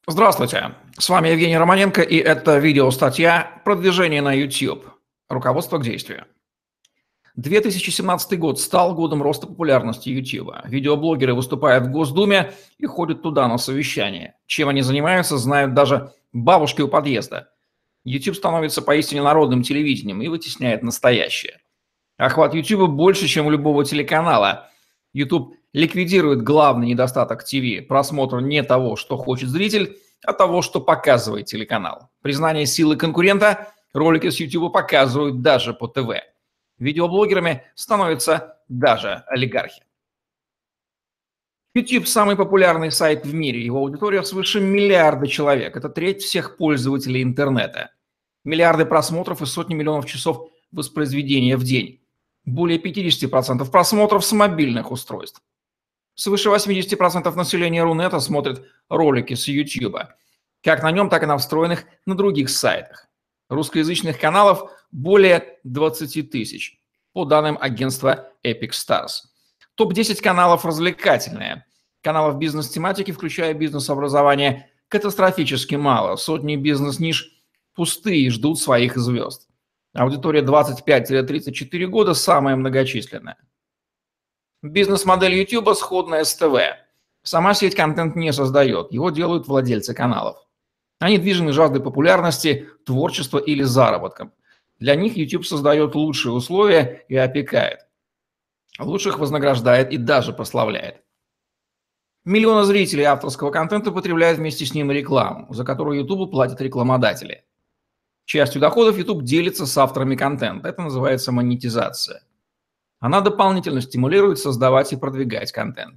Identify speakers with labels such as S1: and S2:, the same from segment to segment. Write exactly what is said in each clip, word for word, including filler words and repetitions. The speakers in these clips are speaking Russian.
S1: Здравствуйте, с вами Евгений Романенко, и это видеостатья «Продвижение на YouTube. Руководство к действию». две тысячи семнадцатый год стал годом роста популярности YouTube. Видеоблогеры выступают в Госдуме и ходят туда на совещания. Чем они занимаются, знают даже бабушки у подъезда. YouTube становится поистине народным телевидением и вытесняет настоящее. Охват YouTube больше, чем у любого телеканала. YouTube ликвидирует главный недостаток ТВ – просмотр не того, что хочет зритель, а того, что показывает телеканал. Признание силы конкурента ролики с YouTube показывают даже по ТВ. Видеоблогерами становятся даже олигархи. YouTube – самый популярный сайт в мире. Его аудитория свыше миллиарда человек. Это треть всех пользователей интернета. Миллиарды просмотров и сотни миллионов часов воспроизведения в день. Более пятьдесят процентов просмотров с мобильных устройств. Свыше восемьдесят процентов населения Рунета смотрит ролики с YouTube. Как на нем, так и на встроенных на других сайтах. Русскоязычных каналов более двадцати тысяч, по данным агентства Epic Stars. топ десять каналов развлекательные. Каналов бизнес-тематики, включая бизнес-образование, катастрофически мало. Сотни бизнес-ниш пустые и ждут своих звезд. Аудитория двадцать пять - тридцать четыре года самая многочисленная. Бизнес-модель YouTube сходная с ТВ. Сама сеть контент не создает, его делают владельцы каналов. Они движены жаждой популярности, творчества или заработком. Для них YouTube создает лучшие условия и опекает. Лучших вознаграждает и даже прославляет. Миллионы зрителей авторского контента потребляют вместе с ним рекламу, за которую YouTube платят рекламодатели. Частью доходов YouTube делится с авторами контента. Это называется монетизация. Она дополнительно стимулирует создавать и продвигать контент.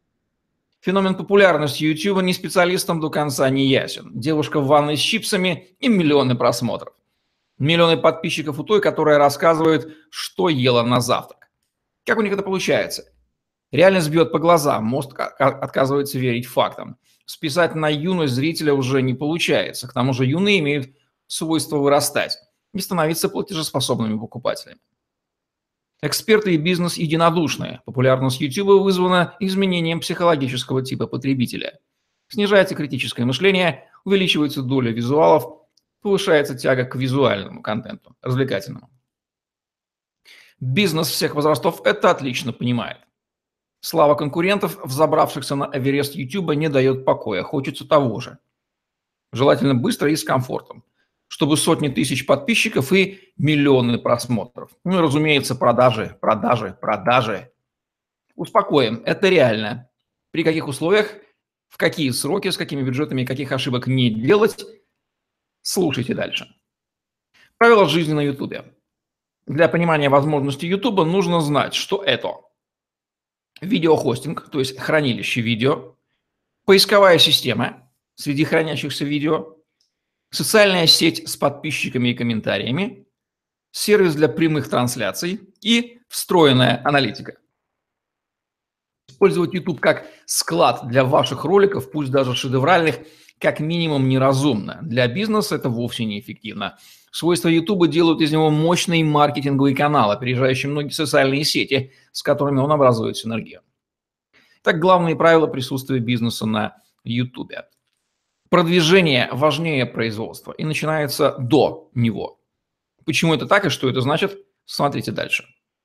S1: Феномен популярности YouTube не специалистам до конца не ясен. Девушка в ванной с чипсами и миллионы просмотров. Миллионы подписчиков у той, которая рассказывает, что ела на завтрак. Как у них это получается? Реальность бьет по глазам, мозг отказывается верить фактам. Списать на юность зрителя уже не получается. К тому же юные имеют свойство вырастать и становиться платежеспособными покупателями. Эксперты и бизнес единодушны. Популярность YouTube вызвана изменением психологического типа потребителя. Снижается критическое мышление, увеличивается доля визуалов, повышается тяга к визуальному контенту, развлекательному. Бизнес всех возрастов это отлично понимает. Слава конкурентов, взобравшихся на Эверест YouTube, не дает покоя, хочется того же. Желательно быстро и с комфортом, чтобы сотни тысяч подписчиков и миллионы просмотров. Ну и, разумеется, продажи, продажи, продажи. Успокоим, это реально. При каких условиях, в какие сроки, с какими бюджетами, каких ошибок не делать, слушайте дальше. Правила жизни на YouTube. Для понимания возможностей YouTube нужно знать, что это видеохостинг, то есть хранилище видео, поисковая система среди хранящихся видео, социальная сеть с подписчиками и комментариями, сервис для прямых трансляций и встроенная аналитика. Использовать YouTube как склад для ваших роликов, пусть даже шедевральных, как минимум неразумно. Для бизнеса это вовсе не эффективно. Свойства YouTube делают из него мощный маркетинговый канал, опережающий многие социальные сети, с которыми он образует синергию. Так, главные правила присутствия бизнеса на YouTube. Продвижение важнее производства и начинается до него. Почему это так и что это значит? Смотрите дальше.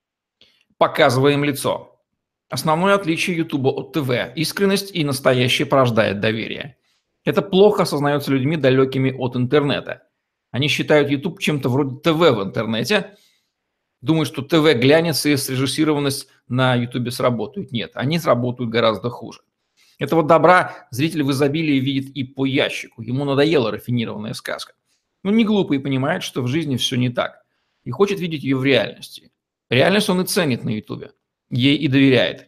S1: Показываем лицо. Основное отличие YouTube от ТВ – искренность и настоящее порождает доверие. Это плохо осознается людьми, далекими от интернета. Они считают YouTube чем-то вроде ТВ в интернете, думают, что ТВ глянется и срежиссированность на YouTube сработает. Нет, они сработают гораздо хуже. Этого добра зритель в изобилии видит и по ящику. Ему надоела рафинированная сказка. Но не глупый понимает, что в жизни все не так. И хочет видеть ее в реальности. Реальность он и ценит на YouTube. Ей и доверяет.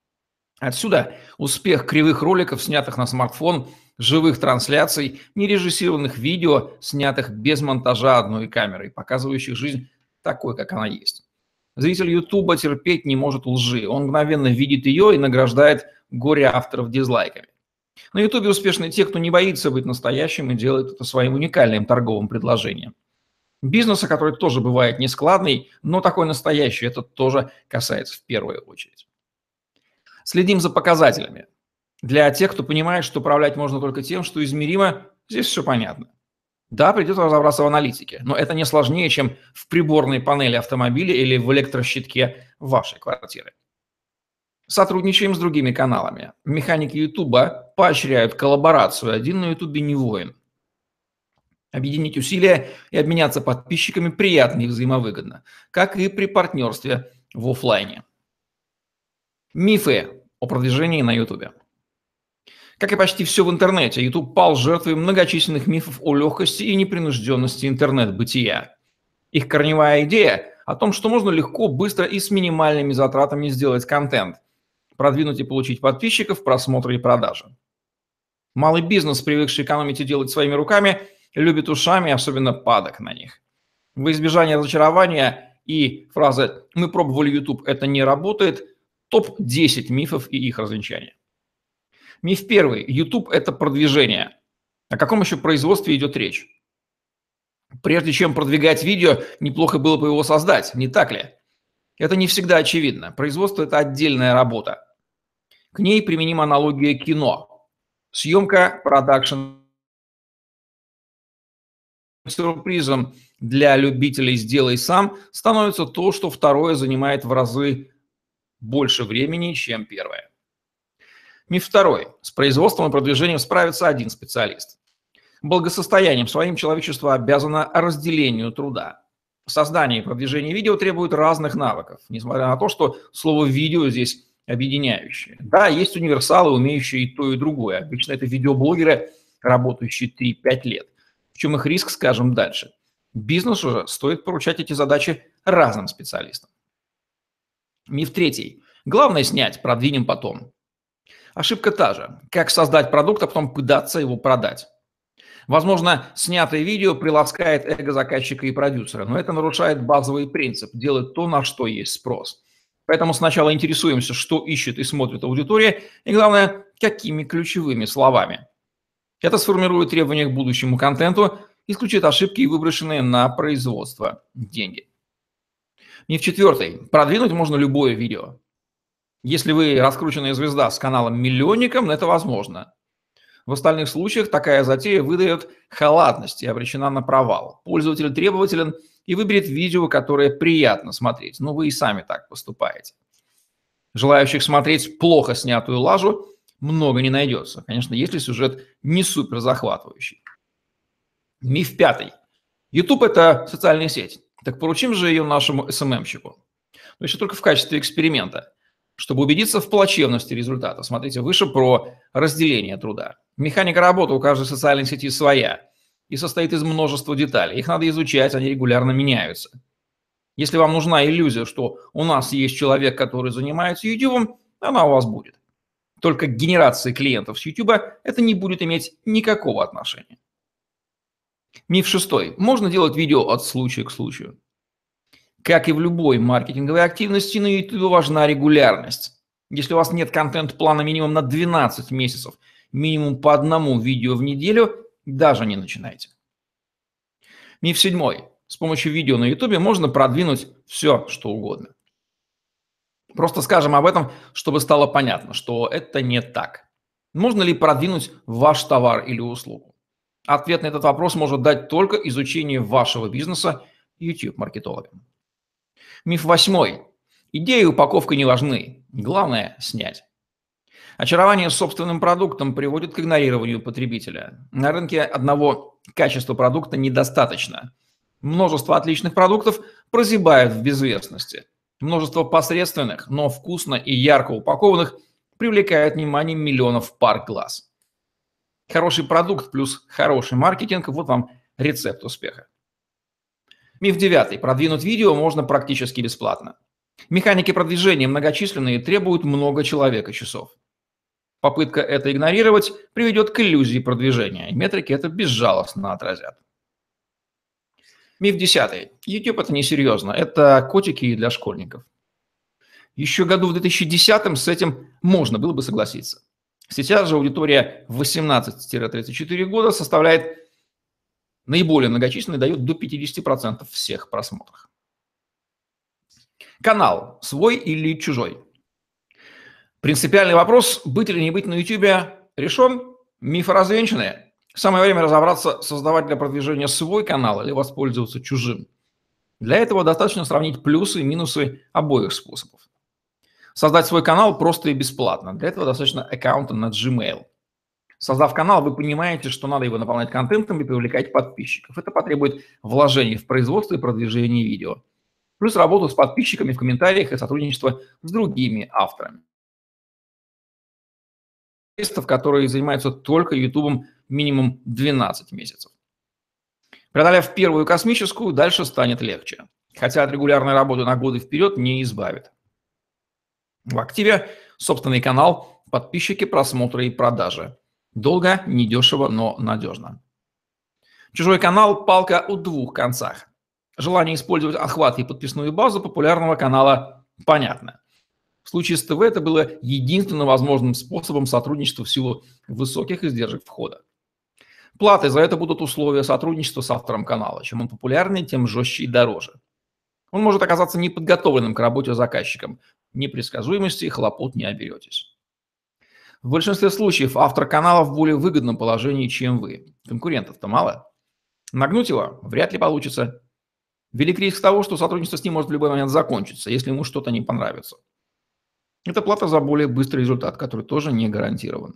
S1: Отсюда успех кривых роликов, снятых на смартфон, живых трансляций, нережиссированных видео, снятых без монтажа одной камерой, показывающих жизнь такой, как она есть. Зритель YouTube терпеть не может лжи. Он мгновенно видит ее и награждает горе авторов дизлайками. На YouTube успешны те, кто не боится быть настоящим и делает это своим уникальным торговым предложением. Бизнеса, который тоже бывает нескладный, но такой настоящий, это тоже касается в первую очередь. Следим за показателями. Для тех, кто понимает, что управлять можно только тем, что измеримо, здесь все понятно. Да, придется разобраться в аналитике, но это не сложнее, чем в приборной панели автомобиля или в электрощитке вашей квартиры. Сотрудничаем с другими каналами. Механики Ютуба поощряют коллаборацию. Один на Ютубе не воин. Объединить усилия и обменяться подписчиками приятно и взаимовыгодно, как и при партнерстве в офлайне. Мифы о продвижении на Ютубе. Как и почти все в интернете, YouTube пал жертвой многочисленных мифов о легкости и непринужденности интернет-бытия. Их корневая идея о том, что можно легко, быстро и с минимальными затратами сделать контент, продвинуть и получить подписчиков, просмотры и продажи. Малый бизнес, привыкший экономить и делать своими руками, любит ушами, особенно падок на них. Во избежание разочарования и фразы «мы пробовали YouTube, это не работает» топ десять мифов и их развенчания. Миф первый. YouTube – это продвижение. О каком еще производстве идет речь? Прежде чем продвигать видео, неплохо было бы его создать, не так ли? Это не всегда очевидно. Производство – это отдельная работа. К ней применима аналогия кино. Съемка, продакшн. Сюрпризом для любителей «сделай сам» становится то, что второе занимает в разы больше времени, чем первое. Миф второй. С производством и продвижением справится один специалист. Благосостоянием своим человечество обязано разделению труда. Создание и продвижение видео требуют разных навыков, несмотря на то, что слово «видео» здесь объединяющее. Да, есть универсалы, умеющие и то, и другое. Обычно это видеоблогеры, работающие три-пять лет. В чем их риск, скажем дальше. Бизнесу же стоит поручать эти задачи разным специалистам. Миф третий. Главное снять, продвинем потом. Ошибка та же. Как создать продукт, а потом пытаться его продать. Возможно, снятое видео приласкает эго заказчика и продюсера, но это нарушает базовый принцип – делать то, на что есть спрос. Поэтому сначала интересуемся, что ищет и смотрит аудитория, и главное, какими ключевыми словами. Это сформирует требования к будущему контенту, исключит ошибки и выброшенные на производство деньги. Миф четвертый. Продвинуть можно любое видео. Если вы раскрученная звезда с каналом-миллионником, это возможно. В остальных случаях такая затея выдает халатность и обречена на провал. Пользователь требователен и выберет видео, которое приятно смотреть, но вы и сами так поступаете. Желающих смотреть плохо снятую лажу много не найдется, конечно, если сюжет не супер захватывающий. Миф пятый. YouTube – это социальная сеть. Так поручим же ее нашему эс эм эм-щику. Но еще только в качестве эксперимента. Чтобы убедиться в плачевности результата, смотрите выше про разделение труда. Механика работы у каждой социальной сети своя и состоит из множества деталей. Их надо изучать, они регулярно меняются. Если вам нужна иллюзия, что у нас есть человек, который занимается YouTube, она у вас будет. Только к генерации клиентов с YouTube это не будет иметь никакого отношения. Миф шестой. Можно делать видео от случая к случаю. Как и в любой маркетинговой активности, на YouTube важна регулярность. Если у вас нет контент-плана минимум на двенадцать месяцев, минимум по одному видео в неделю, даже не начинайте. Миф седьмой. С помощью видео на YouTube можно продвинуть все, что угодно. Просто скажем об этом, чтобы стало понятно, что это не так. Можно ли продвинуть ваш товар или услугу? Ответ на этот вопрос может дать только изучение вашего бизнеса YouTube-маркетологом. Миф восьмой. Идеи и упаковка не важны. Главное – снять. Очарование собственным продуктом приводит к игнорированию потребителя. На рынке одного качества продукта недостаточно. Множество отличных продуктов прозябают в безвестности. Множество посредственных, но вкусно и ярко упакованных привлекает внимание миллионов пар глаз. Хороший продукт плюс хороший маркетинг – вот вам рецепт успеха. Миф девятый. Продвинуть видео можно практически бесплатно. Механики продвижения многочисленные требуют много человека часов. Попытка это игнорировать приведет к иллюзии продвижения, и метрики это безжалостно отразят. Миф десятый. YouTube это несерьезно, это котики для школьников. Еще году в две тысячи десятом с этим можно было бы согласиться. Сейчас же аудитория восемнадцать — тридцать четыре года составляет наиболее многочисленный, дает до пятидесяти процентов всех просмотров. Канал свой или чужой? Принципиальный вопрос, быть или не быть на YouTube, решен, мифы развенчаны. Самое время разобраться, создавать для продвижения свой канал или воспользоваться чужим. Для этого достаточно сравнить плюсы и минусы обоих способов. Создать свой канал просто и бесплатно. Для этого достаточно аккаунта на Gmail. Создав канал, вы понимаете, что надо его наполнять контентом и привлекать подписчиков. Это потребует вложений в производство и продвижение видео. Плюс работу с подписчиками в комментариях и сотрудничество с другими авторами. Которые занимаются только YouTube минимум двенадцать месяцев. Преодолев первую космическую, дальше станет легче. Хотя от регулярной работы на годы вперед не избавит. В активе собственный канал, подписчики, просмотры и продажи. Долго, недешево, но надежно. Чужой канал – палка у двух концах. Желание использовать охват и подписную базу популярного канала понятно. В случае с ТВ это было единственным возможным способом сотрудничества в силу высоких издержек входа. Платой за это будут условия сотрудничества с автором канала. Чем он популярнее, тем жестче и дороже. Он может оказаться неподготовленным к работе с заказчиком. Непредсказуемости и хлопот не оберетесь. В большинстве случаев автор канала в более выгодном положении, чем вы. Конкурентов-то мало. Нагнуть его вряд ли получится. Велик риск того, что сотрудничество с ним может в любой момент закончиться, если ему что-то не понравится. Это плата за более быстрый результат, который тоже не гарантирован.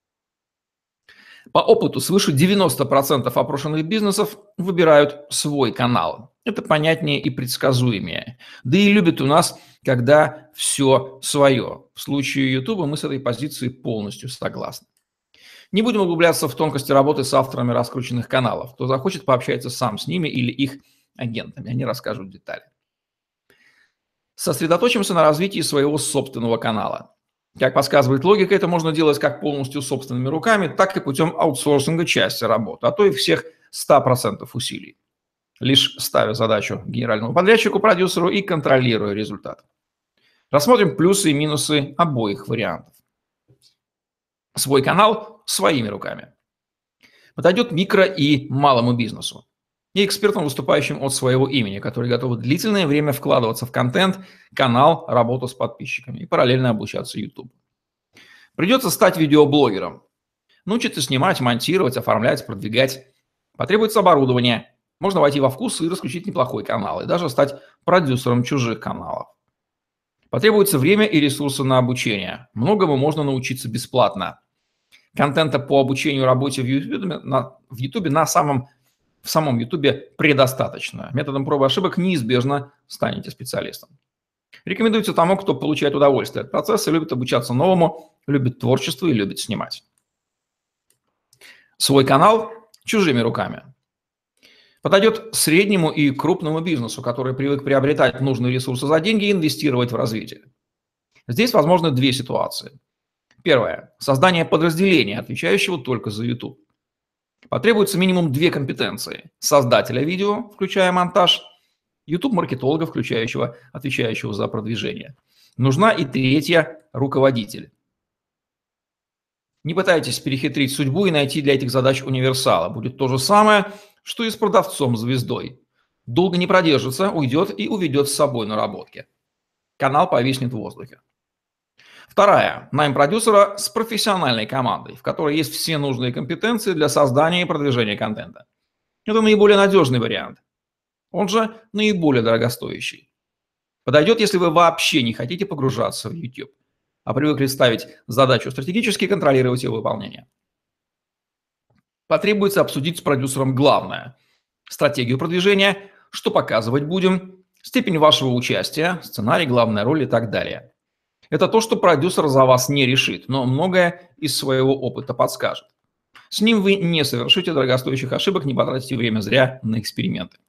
S1: По опыту свыше девяноста процентов опрошенных бизнесов выбирают свой канал. Это понятнее и предсказуемее. Да и любят у нас, когда все свое. В случае YouTube мы с этой позиции полностью согласны. Не будем углубляться в тонкости работы с авторами раскрученных каналов. Кто захочет, пообщается сам с ними или их агентами. Они расскажут детали. Сосредоточимся на развитии своего собственного канала. Как подсказывает логика, это можно делать как полностью собственными руками, так и путем аутсорсинга части работы, а то и всех ста процентов усилий. Лишь ставя задачу генеральному подрядчику, продюсеру и контролируя результат. Рассмотрим плюсы и минусы обоих вариантов. Свой канал своими руками. Подойдет микро и малому бизнесу. И экспертам, выступающим от своего имени, которые готовы длительное время вкладываться в контент, канал, работу с подписчиками и параллельно обучаться YouTube. Придется стать видеоблогером. Научиться снимать, монтировать, оформлять, продвигать. Потребуется оборудование. Можно войти во вкус и раскрутить неплохой канал, и даже стать продюсером чужих каналов. Потребуется время и ресурсы на обучение. Многому можно научиться бесплатно. Контента по обучению работе в YouTube на, в YouTube на самом В самом YouTube предостаточно. Методом проб и ошибок неизбежно станете специалистом. Рекомендуется тому, кто получает удовольствие от процесса, любит обучаться новому, любит творчество и любит снимать. Свой канал чужими руками. Подойдет среднему и крупному бизнесу, который привык приобретать нужные ресурсы за деньги и инвестировать в развитие. Здесь возможны две ситуации. Первое. Создание подразделения, отвечающего только за YouTube. Потребуется минимум две компетенции. Создателя видео, включая монтаж, YouTube-маркетолога, включающего, отвечающего за продвижение. Нужна и третья – руководитель. Не пытайтесь перехитрить судьбу и найти для этих задач универсала. Будет то же самое, что и с продавцом-звездой. Долго не продержится, уйдет и уведет с собой наработки. Канал повиснет в воздухе. Вторая. Найм продюсера с профессиональной командой, в которой есть все нужные компетенции для создания и продвижения контента. Это наиболее надежный вариант. Он же наиболее дорогостоящий. Подойдет, если вы вообще не хотите погружаться в YouTube, а привыкли ставить задачу стратегически и контролировать ее выполнение. Потребуется обсудить с продюсером главное. Стратегию продвижения, что показывать будем, степень вашего участия, сценарий, главная роль и так далее. Это то, что продюсер за вас не решит, но многое из своего опыта подскажет. С ним вы не совершите дорогостоящих ошибок, не потратите время зря на эксперименты.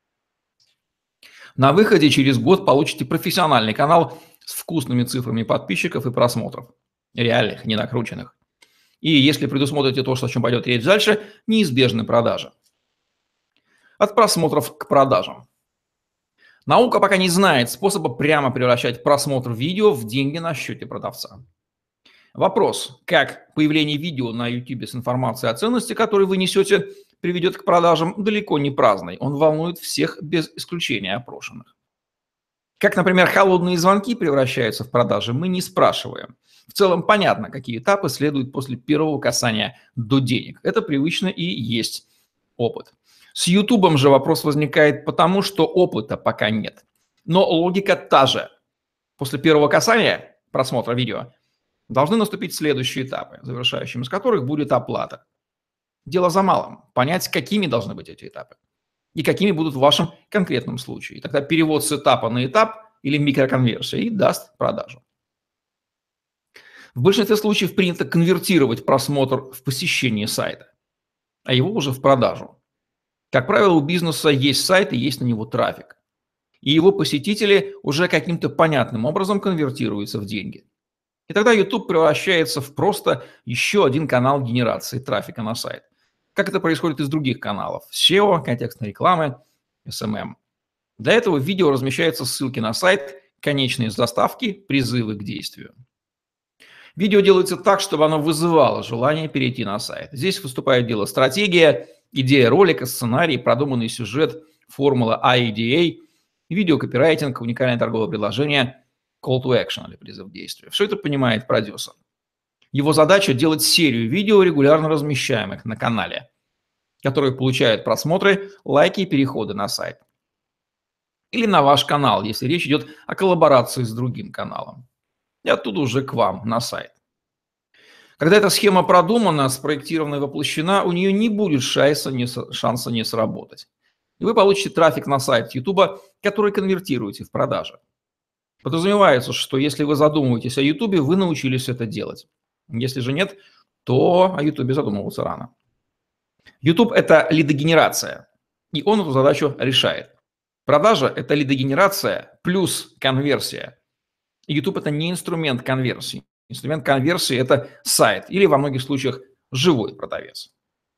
S1: На выходе через год получите профессиональный канал с вкусными цифрами подписчиков и просмотров. Реальных, не накрученных. И если предусмотрите то, о чем пойдет речь дальше, неизбежны продажи. От просмотров к продажам. Наука пока не знает способа прямо превращать просмотр видео в деньги на счете продавца. Вопрос, как появление видео на YouTube с информацией о ценности, которую вы несете, приведет к продажам, далеко не праздный. Он волнует всех без исключения опрошенных. Как, например, холодные звонки превращаются в продажи, мы не спрашиваем. В целом понятно, какие этапы следуют после первого касания до денег. Это привычно и есть опыт. С Ютубом же вопрос возникает потому, что опыта пока нет. Но логика та же. После первого касания просмотра видео должны наступить следующие этапы, завершающим из которых будет оплата. Дело за малым – понять, какими должны быть эти этапы и какими будут в вашем конкретном случае. И тогда перевод с этапа на этап или микроконверсия и даст продажу. В большинстве случаев принято конвертировать просмотр в посещение сайта, а его уже в продажу. Как правило, у бизнеса есть сайт и есть на него трафик. И его посетители уже каким-то понятным образом конвертируются в деньги. И тогда YouTube превращается в просто еще один канал генерации трафика на сайт. Как это происходит из других каналов – сео, контекстной рекламы, эс эм эм. Для этого в видео размещаются ссылки на сайт, конечные заставки, призывы к действию. Видео делается так, чтобы оно вызывало желание перейти на сайт. Здесь выступает дело стратегия, идея ролика, сценарий, продуманный сюжет, формула ай и ди эй, видеокопирайтинг, уникальное торговое предложение, call to action или призыв к действию. Все это понимает продюсер. Его задача – делать серию видео, регулярно размещаемых на канале, которые получают просмотры, лайки и переходы на сайт. Или на ваш канал, если речь идет о коллаборации с другим каналом. И оттуда уже к вам на сайт. Когда эта схема продумана, спроектирована и воплощена, у нее не будет шанса не, шанса не сработать. И вы получите трафик на сайт YouTube, который конвертируете в продажи. Подразумевается, что если вы задумываетесь о YouTube, вы научились это делать. Если же нет, то о YouTube задумываться рано. YouTube – это лидогенерация, и он эту задачу решает. Продажа – это лидогенерация плюс конверсия. И YouTube – это не инструмент конверсии. Инструмент конверсии – это сайт или во многих случаях живой продавец.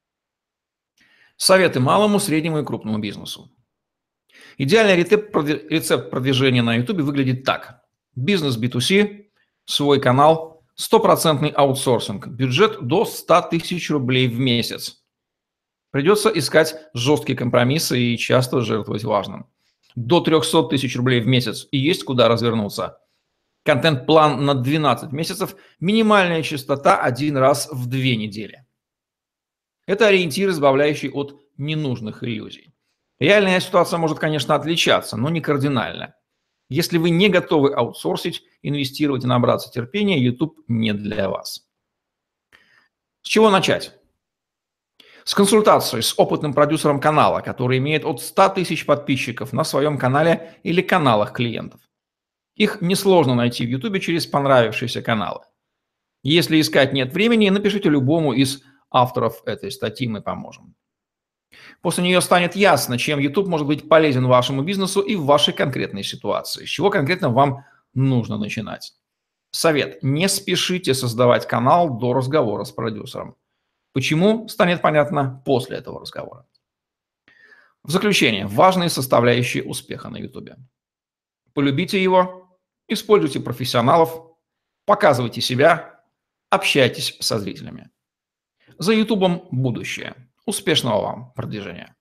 S1: Советы малому, среднему и крупному бизнесу. Идеальный рецепт продвижения на YouTube выглядит так. Бизнес би ту си, свой канал, стопроцентный аутсорсинг, бюджет до ста тысяч рублей в месяц. Придется искать жесткие компромиссы и часто жертвовать важным. До трёхсот тысяч рублей в месяц и есть куда развернуться. Контент-план на двенадцать месяцев, минимальная частота один раз в две недели. Это ориентир, избавляющий от ненужных иллюзий. Реальная ситуация может, конечно, отличаться, но не кардинально. Если вы не готовы аутсорсить, инвестировать и набраться терпения, YouTube не для вас. С чего начать? С консультацией с опытным продюсером канала, который имеет от ста тысяч подписчиков на своем канале или каналах клиентов. Их несложно найти в YouTube через понравившиеся каналы. Если искать нет времени, напишите любому из авторов этой статьи, мы поможем. После нее станет ясно, чем YouTube может быть полезен вашему бизнесу и в вашей конкретной ситуации, с чего конкретно вам нужно начинать. Совет: не спешите создавать канал до разговора с продюсером. Почему, станет понятно после этого разговора. В заключение, важные составляющие успеха на YouTube. Полюбите его, используйте профессионалов, показывайте себя, общайтесь со зрителями. За YouTube будущее. Успешного вам продвижения!